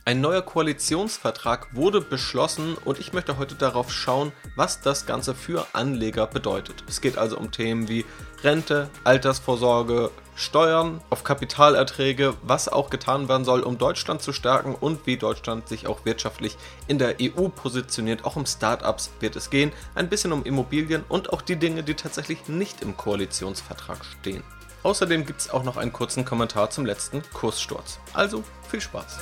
Ein neuer Koalitionsvertrag wurde beschlossen und ich möchte heute darauf schauen, was das Ganze für Anleger bedeutet. Es geht also um Themen wie Rente, Altersvorsorge, Steuern auf Kapitalerträge, was auch getan werden soll, um Deutschland zu stärken und wie Deutschland sich auch wirtschaftlich in der EU positioniert. Auch um Startups wird es gehen, ein bisschen um Immobilien und auch die Dinge, die tatsächlich nicht im Koalitionsvertrag stehen. Außerdem gibt es auch noch einen kurzen Kommentar zum letzten Kurssturz. Also viel Spaß!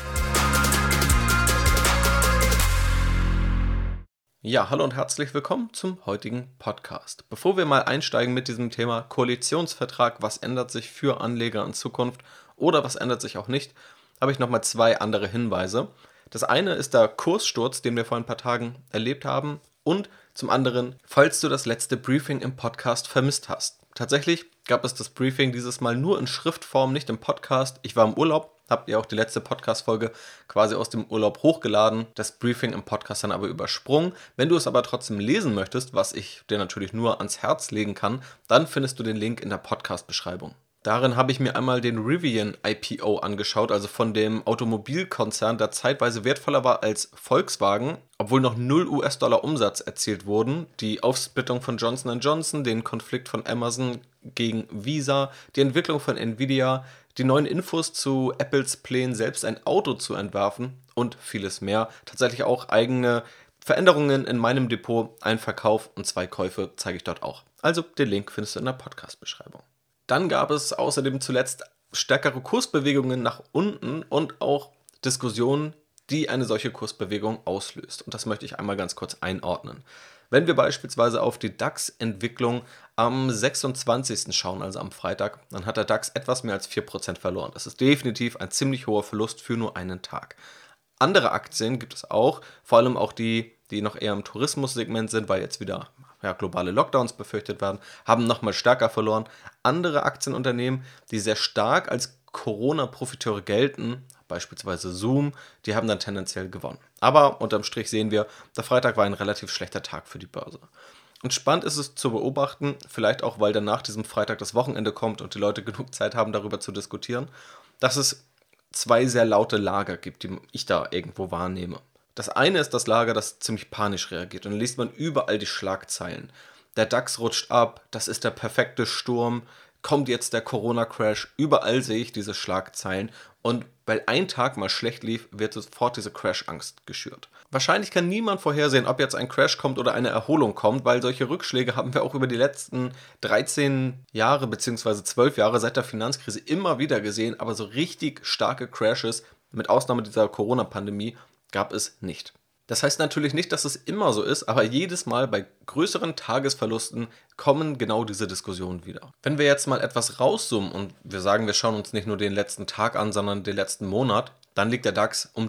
Ja, hallo und herzlich willkommen zum heutigen Podcast. Bevor wir mal einsteigen mit diesem Thema Koalitionsvertrag, was ändert sich für Anleger in Zukunft oder was ändert sich auch nicht, habe ich nochmal zwei andere Hinweise. Das eine ist der Kurssturz, den wir vor ein paar Tagen erlebt haben, und zum anderen, falls du das letzte Briefing im Podcast vermisst hast. Tatsächlich gab es das Briefing dieses Mal nur in Schriftform, nicht im Podcast. Ich war im Urlaub, habt ihr auch die letzte Podcast-Folge quasi aus dem Urlaub hochgeladen, das Briefing im Podcast dann aber übersprungen. Wenn du es aber trotzdem lesen möchtest, was ich dir natürlich nur ans Herz legen kann, dann findest du den Link in der Podcast-Beschreibung. Darin habe ich mir einmal den Rivian IPO angeschaut, also von dem Automobilkonzern, der zeitweise wertvoller war als Volkswagen, obwohl noch 0 US-Dollar Umsatz erzielt wurden. Die Aufsplittung von Johnson & Johnson, den Konflikt von Amazon gegen Visa, die Entwicklung von Nvidia, die neuen Infos zu Apples Plänen, selbst ein Auto zu entwerfen und vieles mehr. Tatsächlich auch eigene Veränderungen in meinem Depot, ein Verkauf und 2 Käufe zeige ich dort auch. Also den Link findest du in der Podcast-Beschreibung. Dann gab es außerdem zuletzt stärkere Kursbewegungen nach unten und auch Diskussionen, die eine solche Kursbewegung auslöst. Und das möchte ich einmal ganz kurz einordnen. Wenn wir beispielsweise auf die DAX-Entwicklung am 26. schauen, also am Freitag, dann hat der DAX etwas mehr als 4% verloren. Das ist definitiv ein ziemlich hoher Verlust für nur einen Tag. Andere Aktien gibt es auch, vor allem auch die noch eher im Tourismussegment sind, weil jetzt wieder globale Lockdowns befürchtet werden, haben nochmal stärker verloren. Andere Aktienunternehmen, die sehr stark als Corona-Profiteure gelten, beispielsweise Zoom, die haben dann tendenziell gewonnen. Aber unterm Strich sehen wir, der Freitag war ein relativ schlechter Tag für die Börse. Und spannend ist es zu beobachten, vielleicht auch, weil dann nach diesem Freitag das Wochenende kommt und die Leute genug Zeit haben, darüber zu diskutieren, dass es 2 sehr laute Lager gibt, die ich da irgendwo wahrnehme. Das eine ist das Lager, das ziemlich panisch reagiert und dann liest man überall die Schlagzeilen. Der DAX rutscht ab, das ist der perfekte Sturm, kommt jetzt der Corona-Crash, überall sehe ich diese Schlagzeilen und weil ein Tag mal schlecht lief, wird sofort diese Crash-Angst geschürt. Wahrscheinlich kann niemand vorhersehen, ob jetzt ein Crash kommt oder eine Erholung kommt, weil solche Rückschläge haben wir auch über die letzten 13 Jahre bzw. 12 Jahre seit der Finanzkrise immer wieder gesehen, aber so richtig starke Crashes, mit Ausnahme dieser Corona-Pandemie, gab es nicht. Das heißt natürlich nicht, dass es immer so ist, aber jedes Mal bei größeren Tagesverlusten kommen genau diese Diskussionen wieder. Wenn wir jetzt mal etwas rauszoomen und wir sagen, wir schauen uns nicht nur den letzten Tag an, sondern den letzten Monat, dann liegt der DAX um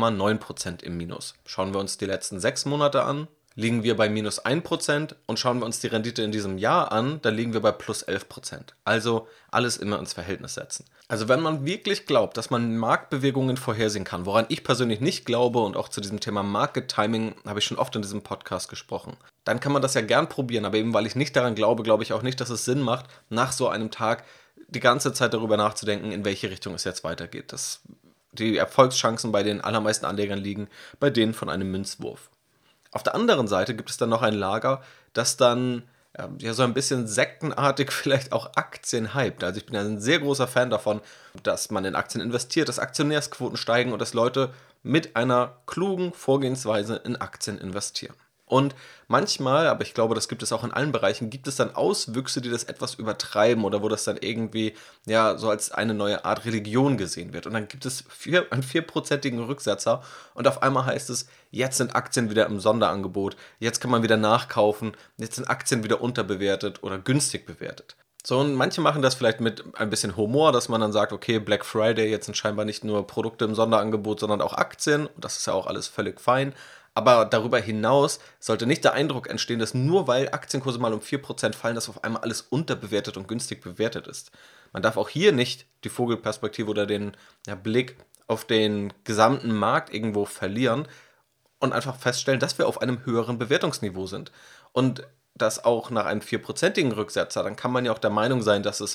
2,9% im Minus. Schauen wir uns die letzten 6 Monate an, liegen wir bei minus 1% und schauen wir uns die Rendite in diesem Jahr an, dann liegen wir bei plus 11%. Also alles immer ins Verhältnis setzen. Also wenn man wirklich glaubt, dass man Marktbewegungen vorhersehen kann, woran ich persönlich nicht glaube und auch zu diesem Thema Market Timing habe ich schon oft in diesem Podcast gesprochen, dann kann man das ja gern probieren, aber eben weil ich nicht daran glaube, glaube ich auch nicht, dass es Sinn macht, nach so einem Tag die ganze Zeit darüber nachzudenken, in welche Richtung es jetzt weitergeht. Die Erfolgschancen bei den allermeisten Anlegern liegen bei denen von einem Münzwurf. Auf der anderen Seite gibt es dann noch ein Lager, das dann so ein bisschen sektenartig vielleicht auch Aktien hypt. Also ich bin ja ein sehr großer Fan davon, dass man in Aktien investiert, dass Aktionärsquoten steigen und dass Leute mit einer klugen Vorgehensweise in Aktien investieren. Und manchmal, aber ich glaube, das gibt es auch in allen Bereichen, gibt es dann Auswüchse, die das etwas übertreiben oder wo das dann irgendwie so als eine neue Art Religion gesehen wird. Und dann gibt es einen 4%igen Rücksetzer und auf einmal heißt es, jetzt sind Aktien wieder im Sonderangebot, jetzt kann man wieder nachkaufen, jetzt sind Aktien wieder unterbewertet oder günstig bewertet. So, und manche machen das vielleicht mit ein bisschen Humor, dass man dann sagt, okay, Black Friday, jetzt sind scheinbar nicht nur Produkte im Sonderangebot, sondern auch Aktien. Und das ist ja auch alles völlig fein. Aber darüber hinaus sollte nicht der Eindruck entstehen, dass nur weil Aktienkurse mal um 4% fallen, dass auf einmal alles unterbewertet und günstig bewertet ist. Man darf auch hier nicht die Vogelperspektive oder den Blick auf den gesamten Markt irgendwo verlieren und einfach feststellen, dass wir auf einem höheren Bewertungsniveau sind. Und das auch nach einem 4%igen Rücksetzer, dann kann man ja auch der Meinung sein, dass es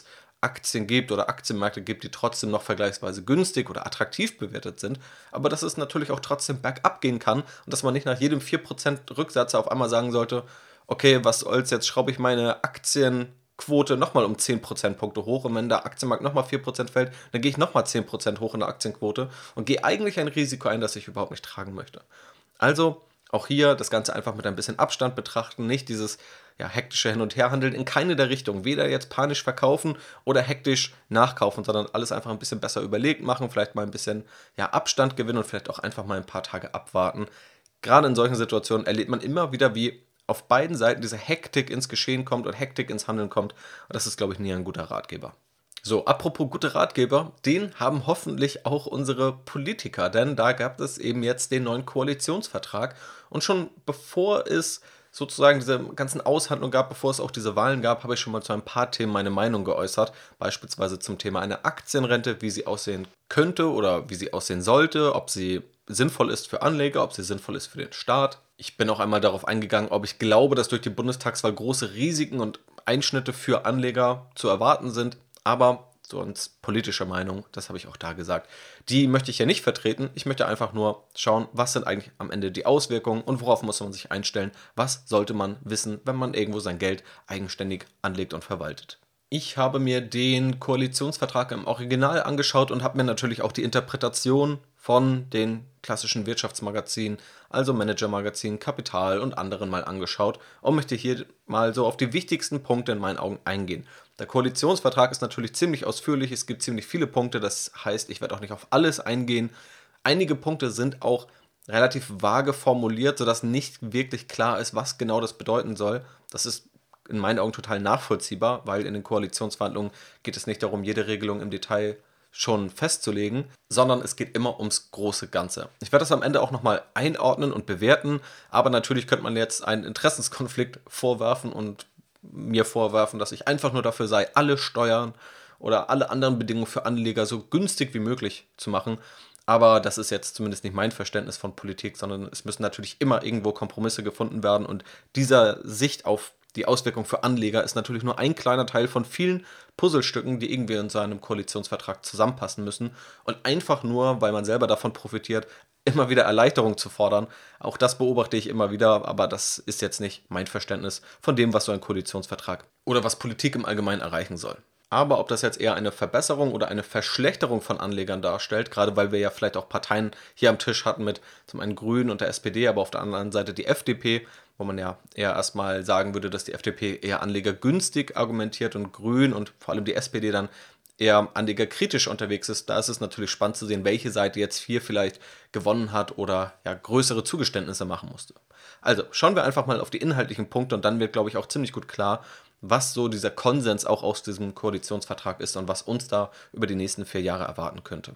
Aktien gibt oder Aktienmärkte gibt, die trotzdem noch vergleichsweise günstig oder attraktiv bewertet sind, aber dass es natürlich auch trotzdem bergab gehen kann und dass man nicht nach jedem 4% Rücksatz auf einmal sagen sollte, okay, was soll's, jetzt schraube ich meine Aktienquote nochmal um 10 Prozentpunkte hoch und wenn der Aktienmarkt nochmal 4% fällt, dann gehe ich nochmal 10% hoch in der Aktienquote und gehe eigentlich ein Risiko ein, das ich überhaupt nicht tragen möchte. Also auch hier das Ganze einfach mit ein bisschen Abstand betrachten, nicht dieses hektische Hin- und Herhandeln in keine der Richtungen. Weder jetzt panisch verkaufen oder hektisch nachkaufen, sondern alles einfach ein bisschen besser überlegt machen, vielleicht mal ein bisschen Abstand gewinnen und vielleicht auch einfach mal ein paar Tage abwarten. Gerade in solchen Situationen erlebt man immer wieder, wie auf beiden Seiten diese Hektik ins Geschehen kommt und Hektik ins Handeln kommt. Und das ist, glaube ich, nie ein guter Ratgeber. So, apropos gute Ratgeber, den haben hoffentlich auch unsere Politiker, denn da gab es eben jetzt den neuen Koalitionsvertrag und schon bevor es sozusagen diese ganzen Aushandlungen gab, bevor es auch diese Wahlen gab, habe ich schon mal zu ein paar Themen meine Meinung geäußert, beispielsweise zum Thema einer Aktienrente, wie sie aussehen könnte oder wie sie aussehen sollte, ob sie sinnvoll ist für Anleger, ob sie sinnvoll ist für den Staat. Ich bin auch einmal darauf eingegangen, ob ich glaube, dass durch die Bundestagswahl große Risiken und Einschnitte für Anleger zu erwarten sind. Aber sonst politische Meinung, das habe ich auch da gesagt, die möchte ich ja nicht vertreten. Ich möchte einfach nur schauen, was sind eigentlich am Ende die Auswirkungen und worauf muss man sich einstellen. Was sollte man wissen, wenn man irgendwo sein Geld eigenständig anlegt und verwaltet. Ich habe mir den Koalitionsvertrag im Original angeschaut und habe mir natürlich auch die Interpretation von den klassischen Wirtschaftsmagazinen, also Manager-Magazinen, Kapital und anderen mal angeschaut und möchte hier mal so auf die wichtigsten Punkte in meinen Augen eingehen. Der Koalitionsvertrag ist natürlich ziemlich ausführlich, es gibt ziemlich viele Punkte, das heißt, ich werde auch nicht auf alles eingehen. Einige Punkte sind auch relativ vage formuliert, sodass nicht wirklich klar ist, was genau das bedeuten soll. Das ist in meinen Augen total nachvollziehbar, weil in den Koalitionsverhandlungen geht es nicht darum, jede Regelung im Detail schon festzulegen, sondern es geht immer ums große Ganze. Ich werde das am Ende auch nochmal einordnen und bewerten, aber natürlich könnte man jetzt einen Interessenskonflikt vorwerfen und mir vorwerfen, dass ich einfach nur dafür sei, alle Steuern oder alle anderen Bedingungen für Anleger so günstig wie möglich zu machen. Aber das ist jetzt zumindest nicht mein Verständnis von Politik, sondern es müssen natürlich immer irgendwo Kompromisse gefunden werden und dieser Sicht auf die Auswirkung für Anleger ist natürlich nur ein kleiner Teil von vielen Puzzlestücken, die irgendwie in seinem Koalitionsvertrag zusammenpassen müssen. Und einfach nur, weil man selber davon profitiert, immer wieder Erleichterung zu fordern. Auch das beobachte ich immer wieder, aber das ist jetzt nicht mein Verständnis von dem, was so ein Koalitionsvertrag oder was Politik im Allgemeinen erreichen soll. Aber ob das jetzt eher eine Verbesserung oder eine Verschlechterung von Anlegern darstellt, gerade weil wir ja vielleicht auch Parteien hier am Tisch hatten mit zum einen Grünen und der SPD, aber auf der anderen Seite die FDP, wo man ja eher erstmal sagen würde, dass die FDP eher anlegergünstig argumentiert und Grün und vor allem die SPD dann eher anlegerkritisch unterwegs ist. Da ist es natürlich spannend zu sehen, welche Seite jetzt hier vielleicht gewonnen hat oder größere Zugeständnisse machen musste. Also schauen wir einfach mal auf die inhaltlichen Punkte und dann wird, glaube ich, auch ziemlich gut klar, was so dieser Konsens auch aus diesem Koalitionsvertrag ist und was uns da über die nächsten 4 Jahre erwarten könnte.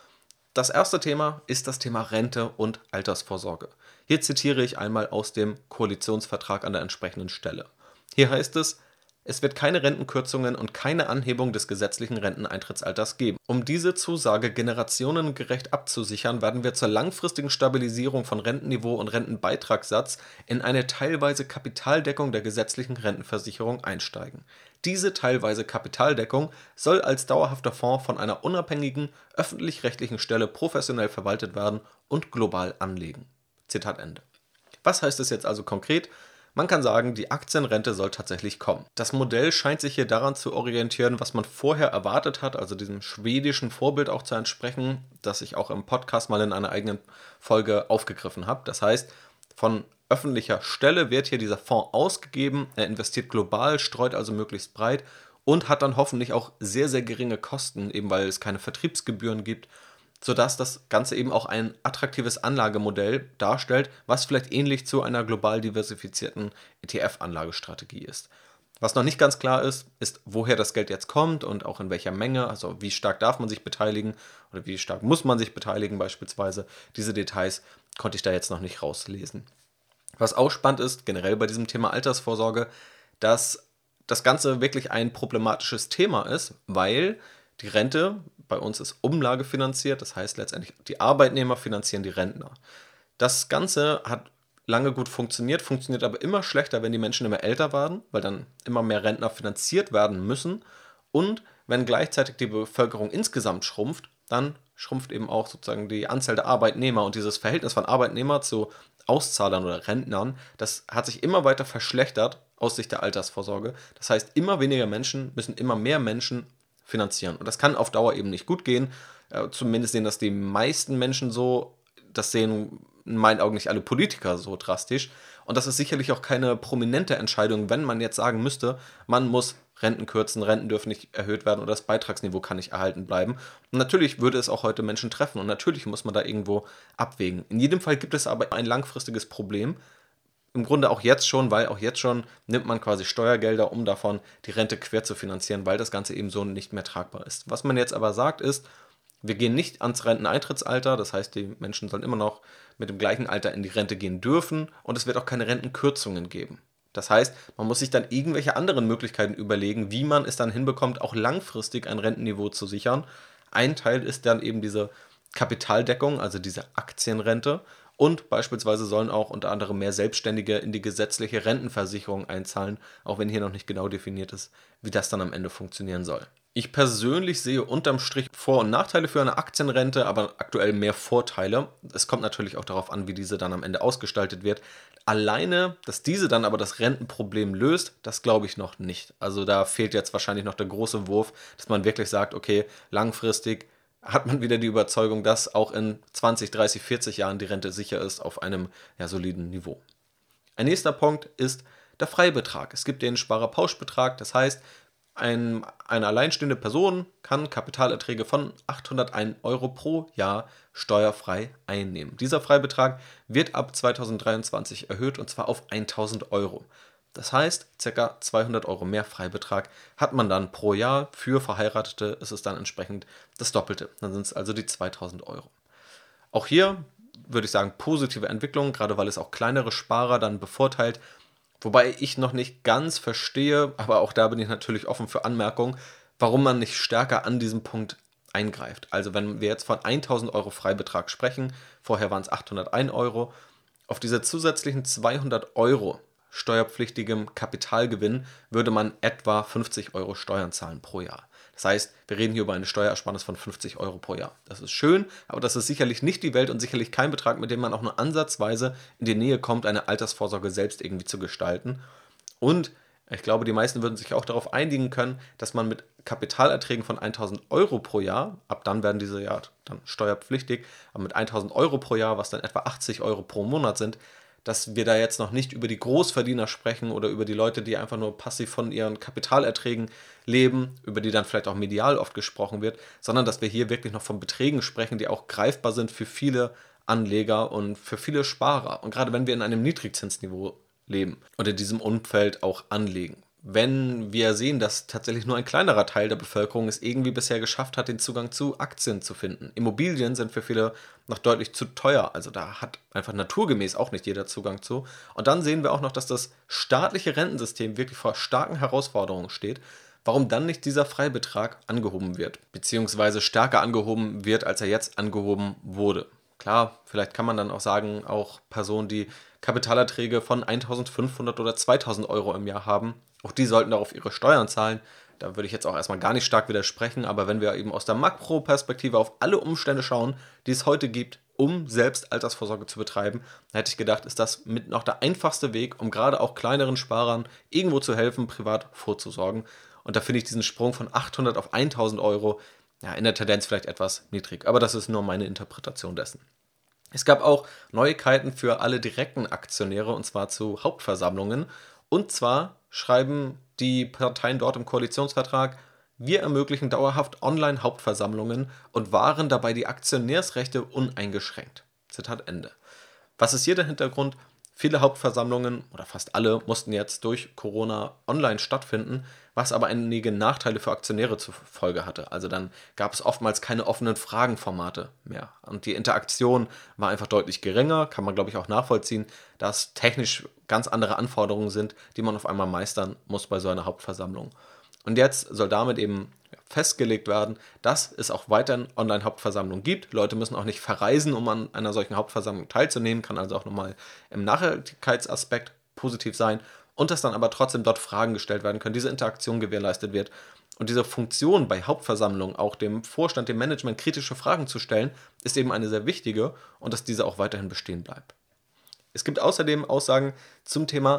Das erste Thema ist das Thema Rente und Altersvorsorge. Hier zitiere ich einmal aus dem Koalitionsvertrag an der entsprechenden Stelle. Hier heißt es: Es wird keine Rentenkürzungen und keine Anhebung des gesetzlichen Renteneintrittsalters geben. Um diese Zusage generationengerecht abzusichern, werden wir zur langfristigen Stabilisierung von Rentenniveau und Rentenbeitragssatz in eine teilweise Kapitaldeckung der gesetzlichen Rentenversicherung einsteigen. Diese teilweise Kapitaldeckung soll als dauerhafter Fonds von einer unabhängigen, öffentlich-rechtlichen Stelle professionell verwaltet werden und global anlegen. Zitat Ende. Was heißt es jetzt also konkret? Man kann sagen, die Aktienrente soll tatsächlich kommen. Das Modell scheint sich hier daran zu orientieren, was man vorher erwartet hat, also diesem schwedischen Vorbild auch zu entsprechen, das ich auch im Podcast mal in einer eigenen Folge aufgegriffen habe. Das heißt, von öffentlicher Stelle wird hier dieser Fonds ausgegeben, er investiert global, streut also möglichst breit und hat dann hoffentlich auch sehr, sehr geringe Kosten, eben weil es keine Vertriebsgebühren gibt, sodass das Ganze eben auch ein attraktives Anlagemodell darstellt, was vielleicht ähnlich zu einer global diversifizierten ETF-Anlagestrategie ist. Was noch nicht ganz klar ist, ist, woher das Geld jetzt kommt und auch in welcher Menge, also wie stark darf man sich beteiligen oder wie stark muss man sich beteiligen beispielsweise. Diese Details konnte ich da jetzt noch nicht rauslesen. Was auch spannend ist, generell bei diesem Thema Altersvorsorge, dass das Ganze wirklich ein problematisches Thema ist, weil die Rente bei uns ist umlagefinanziert, das heißt letztendlich die Arbeitnehmer finanzieren die Rentner. Das Ganze hat lange gut funktioniert aber immer schlechter, wenn die Menschen immer älter werden, weil dann immer mehr Rentner finanziert werden müssen und wenn gleichzeitig die Bevölkerung insgesamt schrumpft, dann schrumpft eben auch sozusagen die Anzahl der Arbeitnehmer und dieses Verhältnis von Arbeitnehmer zu Auszahlern oder Rentnern, das hat sich immer weiter verschlechtert aus Sicht der Altersvorsorge. Das heißt, immer weniger Menschen müssen immer mehr Menschen finanzieren. Und das kann auf Dauer eben nicht gut gehen. Zumindest sehen das die meisten Menschen so. Das sehen in meinen Augen nicht alle Politiker so drastisch. Und das ist sicherlich auch keine prominente Entscheidung, wenn man jetzt sagen müsste, man muss Renten kürzen, Renten dürfen nicht erhöht werden oder das Beitragsniveau kann nicht erhalten bleiben. Und natürlich würde es auch heute Menschen treffen und natürlich muss man da irgendwo abwägen. In jedem Fall gibt es aber ein langfristiges Problem. Im Grunde auch jetzt schon, weil auch jetzt schon nimmt man quasi Steuergelder, um davon die Rente quer zu finanzieren, weil das Ganze eben so nicht mehr tragbar ist. Was man jetzt aber sagt ist, wir gehen nicht ans Renteneintrittsalter, das heißt, die Menschen sollen immer noch mit dem gleichen Alter in die Rente gehen dürfen und es wird auch keine Rentenkürzungen geben. Das heißt, man muss sich dann irgendwelche anderen Möglichkeiten überlegen, wie man es dann hinbekommt, auch langfristig ein Rentenniveau zu sichern. Ein Teil ist dann eben diese Kapitaldeckung, also diese Aktienrente. Und beispielsweise sollen auch unter anderem mehr Selbstständige in die gesetzliche Rentenversicherung einzahlen, auch wenn hier noch nicht genau definiert ist, wie das dann am Ende funktionieren soll. Ich persönlich sehe unterm Strich Vor- und Nachteile für eine Aktienrente, aber aktuell mehr Vorteile. Es kommt natürlich auch darauf an, wie diese dann am Ende ausgestaltet wird. Alleine, dass diese dann aber das Rentenproblem löst, das glaube ich noch nicht. Also da fehlt jetzt wahrscheinlich noch der große Wurf, dass man wirklich sagt, okay, langfristig hat man wieder die Überzeugung, dass auch in 20, 30, 40 Jahren die Rente sicher ist auf einem soliden Niveau. Ein nächster Punkt ist der Freibetrag. Es gibt den Sparerpauschbetrag, das heißt, eine alleinstehende Person kann Kapitalerträge von 801 Euro pro Jahr steuerfrei einnehmen. Dieser Freibetrag wird ab 2023 erhöht und zwar auf 1000 Euro. Das heißt, ca. 200 Euro mehr Freibetrag hat man dann pro Jahr. Für Verheiratete ist es dann entsprechend das Doppelte. Dann sind es also die 2000 Euro. Auch hier würde ich sagen, positive Entwicklung, gerade weil es auch kleinere Sparer dann bevorteilt. Wobei ich noch nicht ganz verstehe, aber auch da bin ich natürlich offen für Anmerkungen, warum man nicht stärker an diesem Punkt eingreift. Also wenn wir jetzt von 1000 Euro Freibetrag sprechen, vorher waren es 801 Euro, auf diese zusätzlichen 200 Euro steuerpflichtigem Kapitalgewinn würde man etwa 50 Euro Steuern zahlen pro Jahr. Das heißt, wir reden hier über eine Steuerersparnis von 50 Euro pro Jahr. Das ist schön, aber das ist sicherlich nicht die Welt und sicherlich kein Betrag, mit dem man auch nur ansatzweise in die Nähe kommt, eine Altersvorsorge selbst irgendwie zu gestalten. Und ich glaube, die meisten würden sich auch darauf einigen können, dass man mit Kapitalerträgen von 1000 Euro pro Jahr, ab dann werden diese ja dann steuerpflichtig, aber mit 1000 Euro pro Jahr, was dann etwa 80 Euro pro Monat sind, dass wir da jetzt noch nicht über die Großverdiener sprechen oder über die Leute, die einfach nur passiv von ihren Kapitalerträgen leben, über die dann vielleicht auch medial oft gesprochen wird, sondern dass wir hier wirklich noch von Beträgen sprechen, die auch greifbar sind für viele Anleger und für viele Sparer. Und gerade wenn wir in einem Niedrigzinsniveau leben und in diesem Umfeld auch anlegen. Wenn wir sehen, dass tatsächlich nur ein kleinerer Teil der Bevölkerung es irgendwie bisher geschafft hat, den Zugang zu Aktien zu finden. Immobilien sind für viele noch deutlich zu teuer, also da hat einfach naturgemäß auch nicht jeder Zugang zu. Und dann sehen wir auch noch, dass das staatliche Rentensystem wirklich vor starken Herausforderungen steht. Warum dann nicht dieser Freibetrag angehoben wird, beziehungsweise stärker angehoben wird, als er jetzt angehoben wurde. Klar, vielleicht kann man dann auch sagen, auch Personen, die Kapitalerträge von 1500 oder 2000 Euro im Jahr haben, auch die sollten darauf ihre Steuern zahlen. Da würde ich jetzt auch erstmal gar nicht stark widersprechen, aber wenn wir eben aus der Makroperspektive auf alle Umstände schauen, die es heute gibt, um selbst Altersvorsorge zu betreiben, dann hätte ich gedacht, ist das mit noch der einfachste Weg, um gerade auch kleineren Sparern irgendwo zu helfen, privat vorzusorgen. Und da finde ich diesen Sprung von 800 auf 1000 Euro ja, in der Tendenz vielleicht etwas niedrig. Aber das ist nur meine Interpretation dessen. Es gab auch Neuigkeiten für alle direkten Aktionäre und zwar zu Hauptversammlungen. Und zwar schreiben die Parteien dort im Koalitionsvertrag, wir ermöglichen dauerhaft Online-Hauptversammlungen und wahren dabei die Aktionärsrechte uneingeschränkt. Zitat Ende. Was ist hier der Hintergrund? Viele Hauptversammlungen oder fast alle mussten jetzt durch Corona online stattfinden, was aber einige Nachteile für Aktionäre zur Folge hatte. Also dann gab es oftmals keine offenen Fragenformate mehr. Und die Interaktion war einfach deutlich geringer, kann man glaube ich auch nachvollziehen, dass technisch ganz andere Anforderungen sind, die man auf einmal meistern muss bei so einer Hauptversammlung. Und jetzt soll damit eben festgelegt werden, dass es auch weiterhin Online-Hauptversammlungen gibt. Leute müssen auch nicht verreisen, um an einer solchen Hauptversammlung teilzunehmen, kann also auch nochmal im Nachhaltigkeitsaspekt positiv sein und dass dann aber trotzdem dort Fragen gestellt werden können, diese Interaktion gewährleistet wird Und diese Funktion bei Hauptversammlungen, auch dem Vorstand, dem Management kritische Fragen zu stellen, ist eben eine sehr wichtige und dass diese auch weiterhin bestehen bleibt. Es gibt außerdem Aussagen zum Thema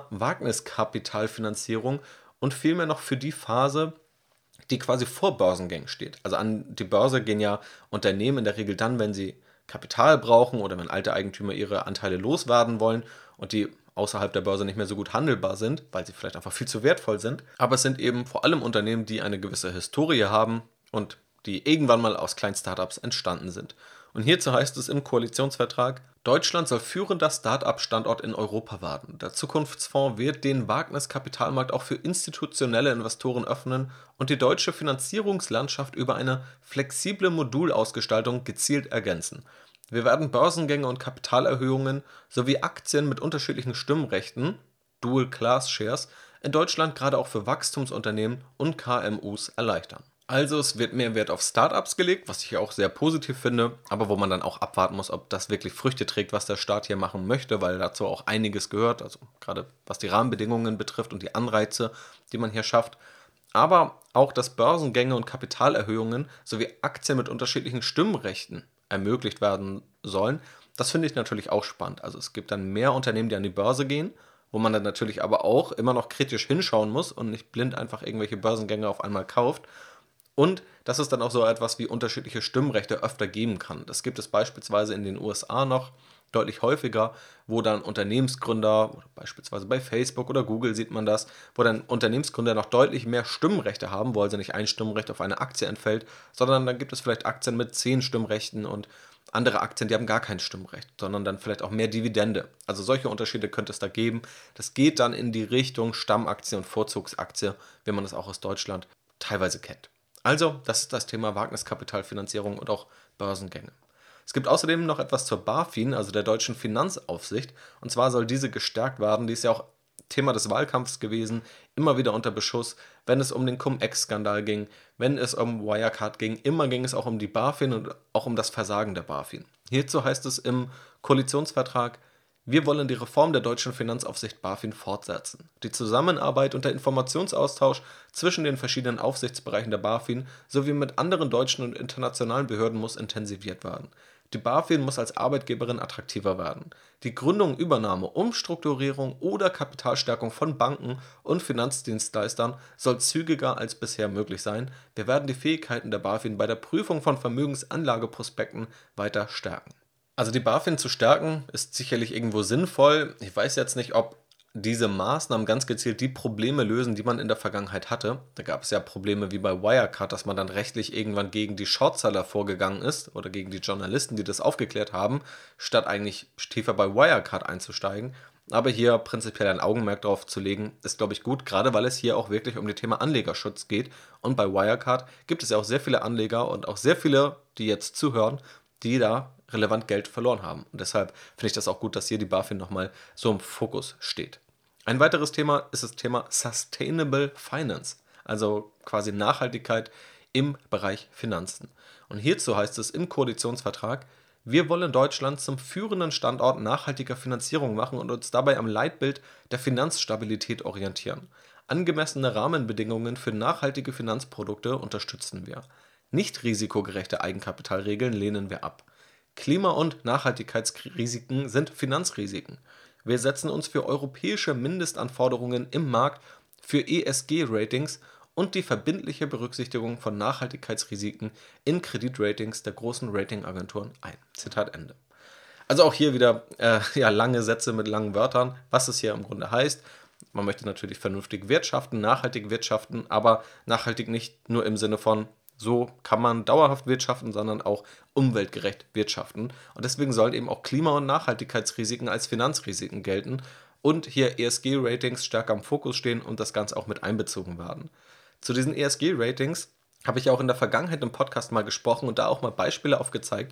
Wagniskapitalfinanzierung und vielmehr noch für die Phase, die quasi vor Börsengängen steht. Also an die Börse gehen ja Unternehmen in der Regel dann, wenn sie Kapital brauchen oder wenn alte Eigentümer ihre Anteile loswerden wollen und die außerhalb der Börse nicht mehr so gut handelbar sind, weil sie vielleicht einfach viel zu wertvoll sind. Aber es sind eben vor allem Unternehmen, die eine gewisse Historie haben und die irgendwann mal aus kleinen Startups entstanden sind. Und hierzu heißt es im Koalitionsvertrag: Deutschland soll führender Start-up-Standort in Europa werden. Der Zukunftsfonds wird den Wagniskapitalmarkt auch für institutionelle Investoren öffnen und die deutsche Finanzierungslandschaft über eine flexible Modulausgestaltung gezielt ergänzen. Wir werden Börsengänge und Kapitalerhöhungen sowie Aktien mit unterschiedlichen Stimmrechten (Dual-Class-Shares) in Deutschland gerade auch für Wachstumsunternehmen und KMUs erleichtern. Also es wird mehr Wert auf Startups gelegt, was ich ja auch sehr positiv finde, aber wo man dann auch abwarten muss, ob das wirklich Früchte trägt, was der Staat hier machen möchte, weil dazu auch einiges gehört, also gerade was die Rahmenbedingungen betrifft und die Anreize, die man hier schafft. Aber auch, dass Börsengänge und Kapitalerhöhungen sowie Aktien mit unterschiedlichen Stimmrechten ermöglicht werden sollen, das finde ich natürlich auch spannend. Also es gibt dann mehr Unternehmen, die an die Börse gehen, wo man dann natürlich aber auch immer noch kritisch hinschauen muss und nicht blind einfach irgendwelche Börsengänge auf einmal kauft. Und dass es dann auch so etwas wie unterschiedliche Stimmrechte öfter geben kann. Das gibt es beispielsweise in den USA noch deutlich häufiger, wo dann Unternehmensgründer, beispielsweise bei Facebook oder Google sieht man das, wo dann Unternehmensgründer noch deutlich mehr Stimmrechte haben, wo also nicht ein Stimmrecht auf eine Aktie entfällt, sondern dann gibt es vielleicht Aktien mit 10 Stimmrechten und andere Aktien, die haben gar kein Stimmrecht, sondern dann vielleicht auch mehr Dividende. Also solche Unterschiede könnte es da geben. Das geht dann in die Richtung Stammaktie und Vorzugsaktie, wie man das auch aus Deutschland teilweise kennt. Also, das ist das Thema Wagniskapitalfinanzierung und auch Börsengänge. Es gibt außerdem noch etwas zur BaFin, also der deutschen Finanzaufsicht. Und zwar soll diese gestärkt werden. Die ist ja auch Thema des Wahlkampfs gewesen, immer wieder unter Beschuss, wenn es um den Cum-Ex-Skandal ging, wenn es um Wirecard ging, immer ging es auch um die BaFin und auch um das Versagen der BaFin. Hierzu heißt es im Koalitionsvertrag: Wir wollen die Reform der deutschen Finanzaufsicht BaFin fortsetzen. Die Zusammenarbeit und der Informationsaustausch zwischen den verschiedenen Aufsichtsbereichen der BaFin sowie mit anderen deutschen und internationalen Behörden muss intensiviert werden. Die BaFin muss als Arbeitgeberin attraktiver werden. Die Gründung, Übernahme, Umstrukturierung oder Kapitalstärkung von Banken und Finanzdienstleistern soll zügiger als bisher möglich sein. Wir werden die Fähigkeiten der BaFin bei der Prüfung von Vermögensanlageprospekten weiter stärken. Also die BaFin zu stärken ist sicherlich irgendwo sinnvoll. Ich weiß jetzt nicht, ob diese Maßnahmen ganz gezielt die Probleme lösen, die man in der Vergangenheit hatte. Da gab es ja Probleme wie bei Wirecard, dass man dann rechtlich irgendwann gegen die Shortseller vorgegangen ist oder gegen die Journalisten, die das aufgeklärt haben, statt eigentlich tiefer bei Wirecard einzusteigen. Aber hier prinzipiell ein Augenmerk drauf zu legen, ist, glaube ich, gut, gerade weil es hier auch wirklich um das Thema Anlegerschutz geht. Und bei Wirecard gibt es ja auch sehr viele Anleger und auch sehr viele, die jetzt zuhören, die da relevant Geld verloren haben. Und deshalb finde ich das auch gut, dass hier die BaFin nochmal so im Fokus steht. Ein weiteres Thema ist das Thema Sustainable Finance, also quasi Nachhaltigkeit im Bereich Finanzen. Und hierzu heißt es im Koalitionsvertrag: Wir wollen Deutschland zum führenden Standort nachhaltiger Finanzierung machen und uns dabei am Leitbild der Finanzstabilität orientieren. Angemessene Rahmenbedingungen für nachhaltige Finanzprodukte unterstützen wir. Nicht risikogerechte Eigenkapitalregeln lehnen wir ab. Klima- und Nachhaltigkeitsrisiken sind Finanzrisiken. Wir setzen uns für europäische Mindestanforderungen im Markt, für ESG-Ratings und die verbindliche Berücksichtigung von Nachhaltigkeitsrisiken in Kreditratings der großen Ratingagenturen ein. Zitat Ende. Also auch hier wieder lange Sätze mit langen Wörtern, was es hier im Grunde heißt. Man möchte natürlich vernünftig wirtschaften, nachhaltig wirtschaften, aber nachhaltig nicht nur im Sinne von: So kann man dauerhaft wirtschaften, sondern auch umweltgerecht wirtschaften. Und deswegen sollen eben auch Klima- und Nachhaltigkeitsrisiken als Finanzrisiken gelten und hier ESG-Ratings stärker im Fokus stehen und das Ganze auch mit einbezogen werden. Zu diesen ESG-Ratings habe ich auch in der Vergangenheit im Podcast mal gesprochen und da auch mal Beispiele aufgezeigt,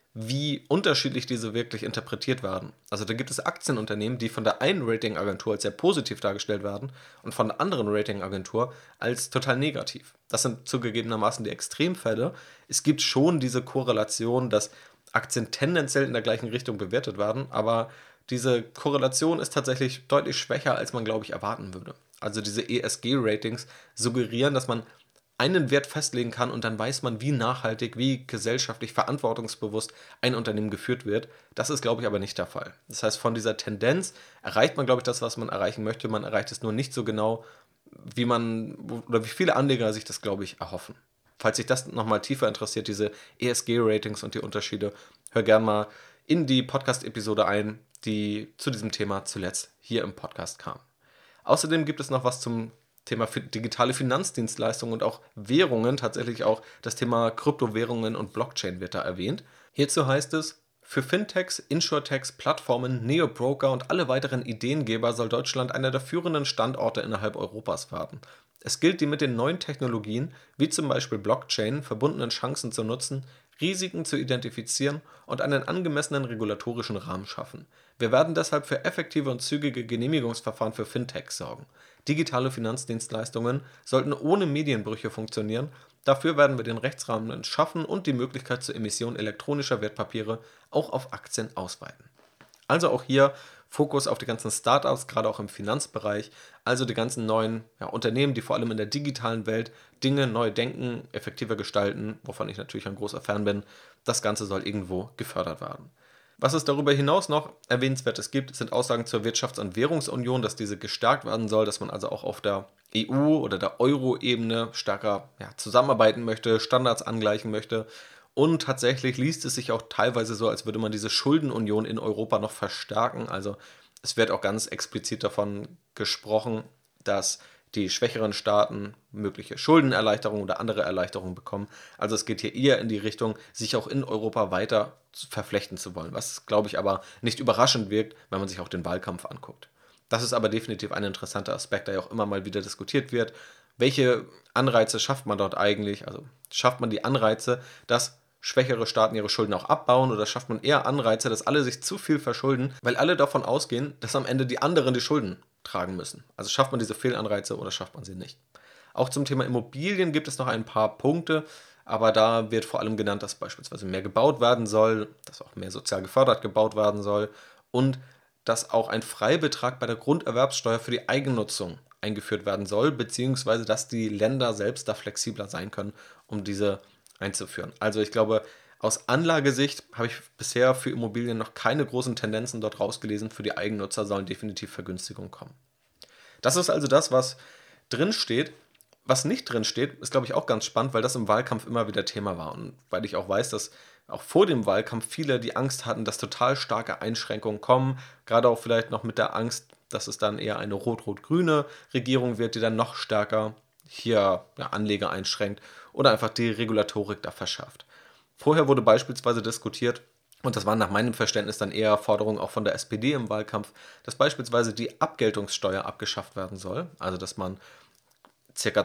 wie unterschiedlich diese wirklich interpretiert werden. Also da gibt es Aktienunternehmen, die von der einen Ratingagentur als sehr positiv dargestellt werden und von der anderen Ratingagentur als total negativ. Das sind zugegebenermaßen die Extremfälle. Es gibt schon diese Korrelation, dass Aktien tendenziell in der gleichen Richtung bewertet werden, aber diese Korrelation ist tatsächlich deutlich schwächer, als man, glaube ich, erwarten würde. Also diese ESG-Ratings suggerieren, dass man einen Wert festlegen kann und dann weiß man, wie nachhaltig, wie gesellschaftlich verantwortungsbewusst ein Unternehmen geführt wird. Das ist, glaube ich, aber nicht der Fall. Das heißt, von dieser Tendenz erreicht man, glaube ich, das, was man erreichen möchte. Man erreicht es nur nicht so genau, wie man oder wie viele Anleger sich das, glaube ich, erhoffen. Falls sich das nochmal tiefer interessiert, diese ESG-Ratings und die Unterschiede, hör gern mal in die Podcast-Episode ein, die zu diesem Thema zuletzt hier im Podcast kam. Außerdem gibt es noch was zum Thema digitale Finanzdienstleistungen und auch Währungen, tatsächlich auch das Thema Kryptowährungen und Blockchain wird da erwähnt. Hierzu heißt es: Für Fintechs, Insurtechs, Plattformen, Neobroker und alle weiteren Ideengeber soll Deutschland einer der führenden Standorte innerhalb Europas werden. Es gilt, die mit den neuen Technologien, wie zum Beispiel Blockchain, verbundenen Chancen zu nutzen, Risiken zu identifizieren und einen angemessenen regulatorischen Rahmen schaffen. Wir werden deshalb für effektive und zügige Genehmigungsverfahren für Fintechs sorgen. Digitale Finanzdienstleistungen sollten ohne Medienbrüche funktionieren. Dafür werden wir den Rechtsrahmen schaffen und die Möglichkeit zur Emission elektronischer Wertpapiere auch auf Aktien ausweiten. Also auch hier Fokus auf die ganzen Startups, gerade auch im Finanzbereich, also die ganzen neuen Unternehmen, die vor allem in der digitalen Welt Dinge neu denken, effektiver gestalten, wovon ich natürlich ein großer Fan bin. Das Ganze soll irgendwo gefördert werden. Was es darüber hinaus noch Erwähnenswertes gibt, sind Aussagen zur Wirtschafts- und Währungsunion, dass diese gestärkt werden soll, dass man also auch auf der EU- oder der Euro-Ebene stärker zusammenarbeiten möchte, Standards angleichen möchte. Und tatsächlich liest es sich auch teilweise so, als würde man diese Schuldenunion in Europa noch verstärken. Also es wird auch ganz explizit davon gesprochen, dass die schwächeren Staaten mögliche Schuldenerleichterungen oder andere Erleichterungen bekommen. Also es geht hier eher in die Richtung, sich auch in Europa weiter verflechten zu wollen, was, glaube ich, aber nicht überraschend wirkt, wenn man sich auch den Wahlkampf anguckt. Das ist aber definitiv ein interessanter Aspekt, der ja auch immer mal wieder diskutiert wird. Welche Anreize schafft man dort eigentlich? Also schafft man die Anreize, dass schwächere Staaten ihre Schulden auch abbauen, oder schafft man eher Anreize, dass alle sich zu viel verschulden, weil alle davon ausgehen, dass am Ende die anderen die Schulden tragen müssen? Also schafft man diese Fehlanreize oder schafft man sie nicht? Auch zum Thema Immobilien gibt es noch ein paar Punkte, aber da wird vor allem genannt, dass beispielsweise mehr gebaut werden soll, dass auch mehr sozial gefördert gebaut werden soll und dass auch ein Freibetrag bei der Grunderwerbssteuer für die Eigennutzung eingeführt werden soll, beziehungsweise dass die Länder selbst da flexibler sein können, um diese einzuführen. Also ich glaube, aus Anlagesicht habe ich bisher für Immobilien noch keine großen Tendenzen dort rausgelesen. Für die Eigennutzer sollen definitiv Vergünstigungen kommen. Das ist also das, was drin steht. Was nicht drin steht, ist, glaube ich, auch ganz spannend, weil das im Wahlkampf immer wieder Thema war und weil ich auch weiß, dass auch vor dem Wahlkampf viele die Angst hatten, dass total starke Einschränkungen kommen, gerade auch vielleicht noch mit der Angst, dass es dann eher eine rot-rot-grüne Regierung wird, die dann noch stärker hier Anleger einschränkt oder einfach die Regulatorik da verschärft. Vorher wurde beispielsweise diskutiert, und das waren nach meinem Verständnis dann eher Forderungen auch von der SPD im Wahlkampf, dass beispielsweise die Abgeltungssteuer abgeschafft werden soll, also dass man ca.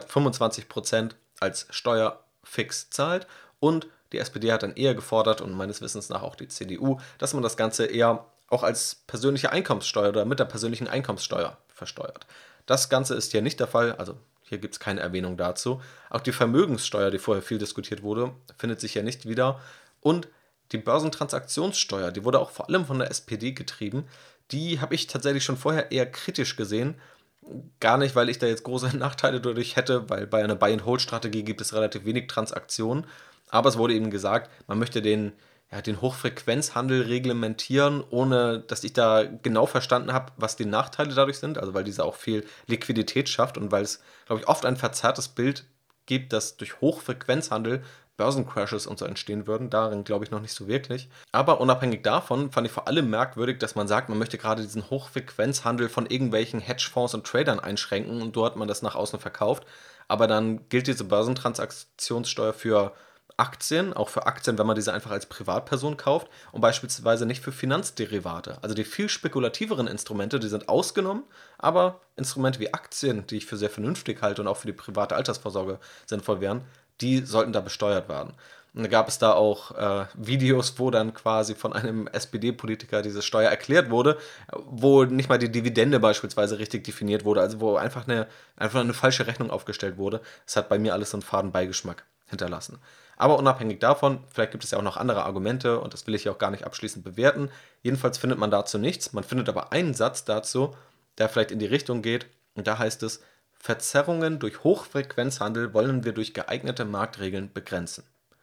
25% als Steuer fix zahlt, und die SPD hat dann eher gefordert, und meines Wissens nach auch die CDU, dass man das Ganze eher auch als persönliche Einkommenssteuer oder mit der persönlichen Einkommenssteuer versteuert. Das Ganze ist hier nicht der Fall, also hier gibt es keine Erwähnung dazu. Auch die Vermögenssteuer, die vorher viel diskutiert wurde, findet sich hier nicht wieder. Und die Börsentransaktionssteuer, die wurde auch vor allem von der SPD getrieben. Die habe ich tatsächlich schon vorher eher kritisch gesehen. Gar nicht, weil ich da jetzt große Nachteile dadurch hätte, weil bei einer Buy-and-Hold-Strategie gibt es relativ wenig Transaktionen. Aber es wurde eben gesagt, man möchte den Hochfrequenzhandel reglementieren, ohne dass ich da genau verstanden habe, was die Nachteile dadurch sind. Also weil dieser auch viel Liquidität schafft und weil es, glaube ich, oft ein verzerrtes Bild gibt, dass durch Hochfrequenzhandel Börsencrashes und so entstehen würden. Darin glaube ich noch nicht so wirklich. Aber unabhängig davon fand ich vor allem merkwürdig, dass man sagt, man möchte gerade diesen Hochfrequenzhandel von irgendwelchen Hedgefonds und Tradern einschränken und dort man das nach außen verkauft. Aber dann gilt diese Börsentransaktionssteuer für Aktien, auch für Aktien, wenn man diese einfach als Privatperson kauft, und beispielsweise nicht für Finanzderivate. Also die viel spekulativeren Instrumente, die sind ausgenommen, aber Instrumente wie Aktien, die ich für sehr vernünftig halte und auch für die private Altersvorsorge sinnvoll wären, die sollten da besteuert werden. Und da gab es da auch Videos, wo dann quasi von einem SPD-Politiker diese Steuer erklärt wurde, wo nicht mal die Dividende beispielsweise richtig definiert wurde, also wo einfach eine falsche Rechnung aufgestellt wurde. Das hat bei mir alles so einen faden Beigeschmack hinterlassen. Aber unabhängig davon, vielleicht gibt es ja auch noch andere Argumente und das will ich ja auch gar nicht abschließend bewerten. Jedenfalls findet man dazu nichts. Man findet aber einen Satz dazu, der vielleicht in die Richtung geht, und da heißt es: Verzerrungen durch Hochfrequenzhandel wollen wir durch geeignete Marktregeln begrenzen.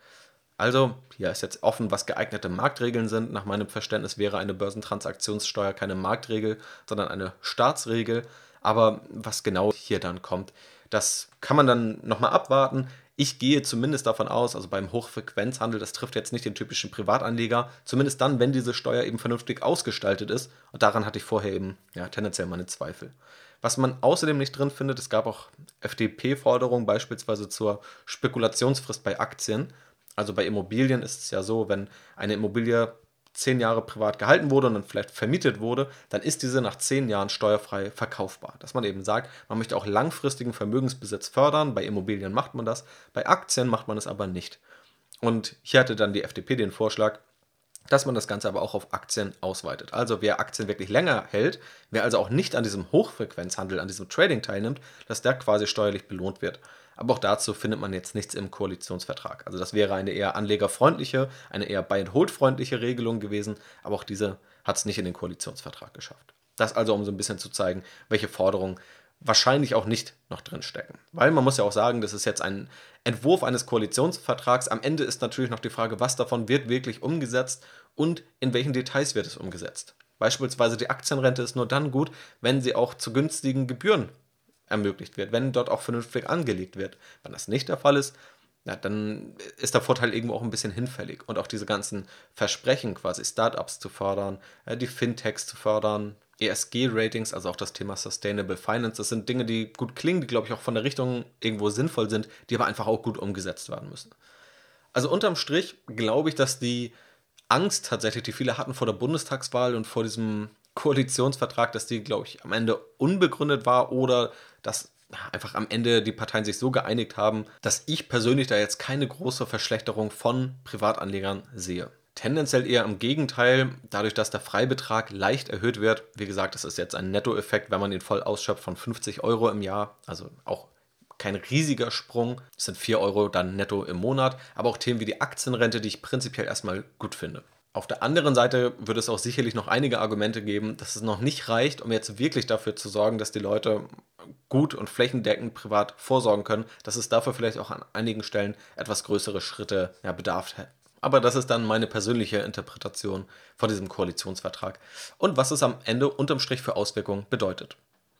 Also, hier ist jetzt offen, was geeignete Marktregeln sind. Nach meinem Verständnis wäre eine Börsentransaktionssteuer keine Marktregel, sondern eine Staatsregel. Aber was genau hier dann kommt, das kann man dann nochmal abwarten. Ich gehe zumindest davon aus, also beim Hochfrequenzhandel, das trifft jetzt nicht den typischen Privatanleger, zumindest dann, wenn diese Steuer eben vernünftig ausgestaltet ist. Und daran hatte ich vorher eben tendenziell meine Zweifel. Was man außerdem nicht drin findet, es gab auch FDP-Forderungen beispielsweise zur Spekulationsfrist bei Aktien. Also bei Immobilien ist es ja so, wenn eine Immobilie 10 Jahre privat gehalten wurde und dann vielleicht vermietet wurde, dann ist diese nach 10 Jahren steuerfrei verkaufbar. Dass man eben sagt, man möchte auch langfristigen Vermögensbesitz fördern. Bei Immobilien macht man das, bei Aktien macht man es aber nicht. Und hier hatte dann die FDP den Vorschlag, dass man das Ganze aber auch auf Aktien ausweitet. Also wer Aktien wirklich länger hält, wer also auch nicht an diesem Hochfrequenzhandel, an diesem Trading teilnimmt, dass der quasi steuerlich belohnt wird. Aber auch dazu findet man jetzt nichts im Koalitionsvertrag. Also das wäre eine eher anlegerfreundliche, eine eher Buy-and-Hold-freundliche Regelung gewesen, aber auch diese hat es nicht in den Koalitionsvertrag geschafft. Das also, um so ein bisschen zu zeigen, welche Forderungen wahrscheinlich auch nicht noch drin stecken. Weil man muss ja auch sagen, das ist jetzt ein Entwurf eines Koalitionsvertrags. Am Ende ist natürlich noch die Frage, was davon wird wirklich umgesetzt und in welchen Details wird es umgesetzt. Beispielsweise die Aktienrente ist nur dann gut, wenn sie auch zu günstigen Gebühren ermöglicht wird, wenn dort auch vernünftig angelegt wird. Wenn das nicht der Fall ist, dann ist der Vorteil irgendwo auch ein bisschen hinfällig. Und auch diese ganzen Versprechen, quasi Startups zu fördern, die Fintechs zu fördern, ESG-Ratings, also auch das Thema Sustainable Finance, das sind Dinge, die gut klingen, die, glaube ich, auch von der Richtung irgendwo sinnvoll sind, die aber einfach auch gut umgesetzt werden müssen. Also unterm Strich glaube ich, dass die Angst tatsächlich, die viele hatten vor der Bundestagswahl und vor diesem Koalitionsvertrag, dass die, glaube ich, am Ende unbegründet war oder dass einfach am Ende die Parteien sich so geeinigt haben, dass ich persönlich da jetzt keine große Verschlechterung von Privatanlegern sehe. Tendenziell eher im Gegenteil, dadurch, dass der Freibetrag leicht erhöht wird. Wie gesagt, das ist jetzt ein Nettoeffekt, wenn man ihn voll ausschöpft, von 50 Euro im Jahr, also auch kein riesiger Sprung. Es sind 4 Euro dann netto im Monat, aber auch Themen wie die Aktienrente, die ich prinzipiell erstmal gut finde. Auf der anderen Seite würde es auch sicherlich noch einige Argumente geben, dass es noch nicht reicht, um jetzt wirklich dafür zu sorgen, dass die Leute gut und flächendeckend privat vorsorgen können, dass es dafür vielleicht auch an einigen Stellen etwas größere Schritte bedarf. Aber das ist dann meine persönliche Interpretation von diesem Koalitionsvertrag und was es am Ende unterm Strich für Auswirkungen bedeutet.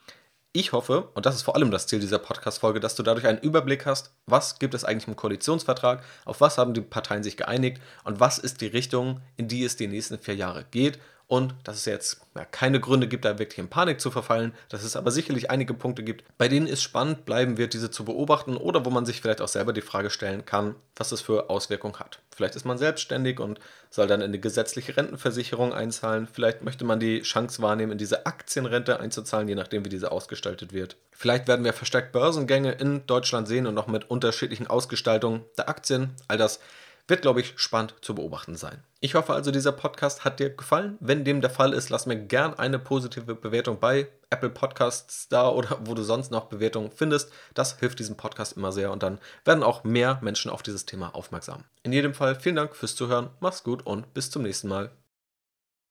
Ich hoffe, und das ist vor allem das Ziel dieser Podcast-Folge, dass du dadurch einen Überblick hast, was gibt es eigentlich im Koalitionsvertrag, auf was haben die Parteien sich geeinigt und was ist die Richtung, in die es die nächsten 4 Jahre geht. Und dass es jetzt keine Gründe gibt, da wirklich in Panik zu verfallen, dass es aber sicherlich einige Punkte gibt, bei denen es spannend bleiben wird, diese zu beobachten oder wo man sich vielleicht auch selber die Frage stellen kann, was es für Auswirkungen hat. Vielleicht ist man selbstständig und soll dann in eine gesetzliche Rentenversicherung einzahlen. Vielleicht möchte man die Chance wahrnehmen, in diese Aktienrente einzuzahlen, je nachdem, wie diese ausgestaltet wird. Vielleicht werden wir verstärkt Börsengänge in Deutschland sehen und noch mit unterschiedlichen Ausgestaltungen der Aktien. All das wird, glaube ich, spannend zu beobachten sein. Ich hoffe also, dieser Podcast hat dir gefallen. Wenn dem der Fall ist, lass mir gern eine positive Bewertung bei Apple Podcasts da oder wo du sonst noch Bewertungen findest. Das hilft diesem Podcast immer sehr und dann werden auch mehr Menschen auf dieses Thema aufmerksam. In jedem Fall vielen Dank fürs Zuhören, mach's gut und bis zum nächsten Mal.